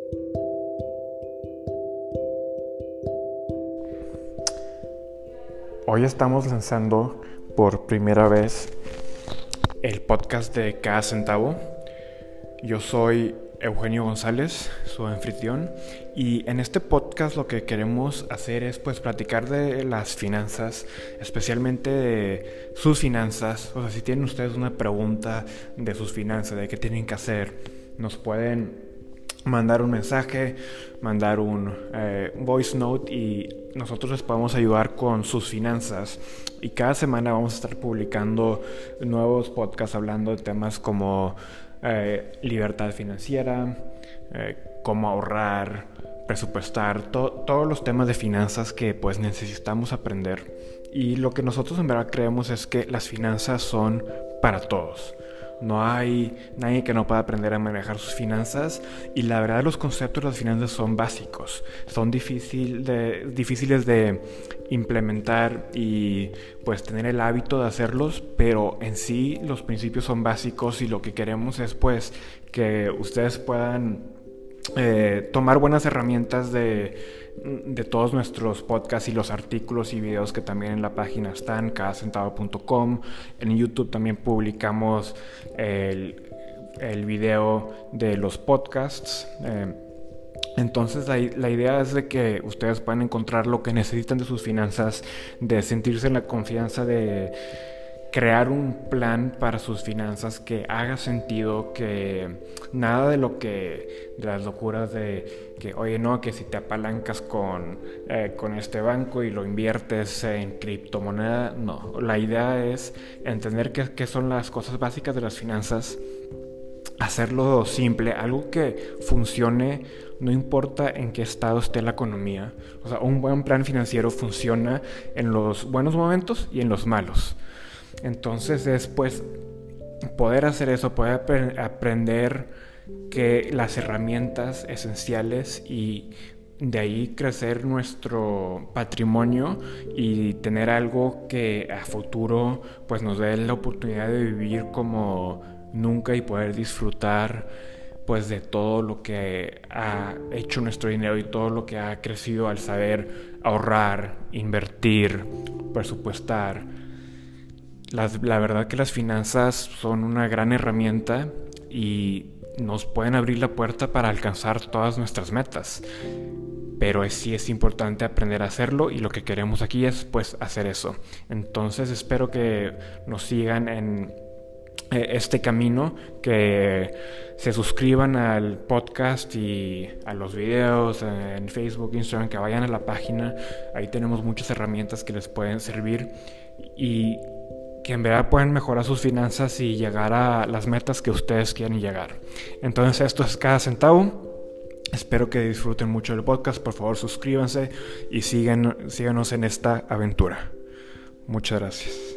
Hoy estamos lanzando por primera vez el podcast de Cada Centavo. Yo soy Eugenio González, su anfitrión, y en este podcast lo que queremos hacer es platicar de las finanzas, especialmente de sus finanzas. O sea, si tienen ustedes una pregunta de sus finanzas, de qué tienen que hacer, nos pueden mandar un mensaje, mandar un voice note y nosotros les podemos ayudar con sus finanzas. Y cada semana vamos a estar publicando nuevos podcasts hablando de temas como libertad financiera, cómo ahorrar, presupuestar, todos los temas de finanzas que necesitamos aprender. Y lo que nosotros en verdad creemos es que las finanzas son para todos. No hay nadie que no pueda aprender a manejar sus finanzas, y la verdad los conceptos de las finanzas son básicos, son difíciles de implementar y tener el hábito de hacerlos, pero en sí los principios son básicos y lo que queremos es que ustedes puedan tomar buenas herramientas de todos nuestros podcasts y los artículos y videos que también en la página están, cadacentavo.com. En YouTube también publicamos el video de los podcasts. Entonces la idea es de que ustedes puedan encontrar lo que necesitan de sus finanzas, de sentirse en la confianza de crear un plan para sus finanzas que haga sentido, que nada de las locuras de que, oye, no, que si te apalancas con este banco y lo inviertes en criptomoneda. No, la idea es entender qué son las cosas básicas de las finanzas, hacerlo simple, algo que funcione, no importa en qué estado esté la economía. O sea, un buen plan financiero funciona en los buenos momentos y en los malos. Entonces es poder hacer eso, poder aprender que las herramientas esenciales y de ahí crecer nuestro patrimonio y tener algo que a futuro nos dé la oportunidad de vivir como nunca y poder disfrutar de todo lo que ha hecho nuestro dinero y todo lo que ha crecido al saber ahorrar, invertir, presupuestar. La verdad que las finanzas son una gran herramienta y nos pueden abrir la puerta para alcanzar todas nuestras metas, pero sí es importante aprender a hacerlo, y lo que queremos aquí es hacer eso. Entonces espero que nos sigan en este camino, que se suscriban al podcast y a los videos en Facebook, Instagram, que vayan a la página. Ahí tenemos muchas herramientas que les pueden servir y que en verdad pueden mejorar sus finanzas y llegar a las metas que ustedes quieren llegar. Entonces esto es Cada Centavo. Espero que disfruten mucho del podcast. Por favor, suscríbanse y síganos en esta aventura. Muchas gracias.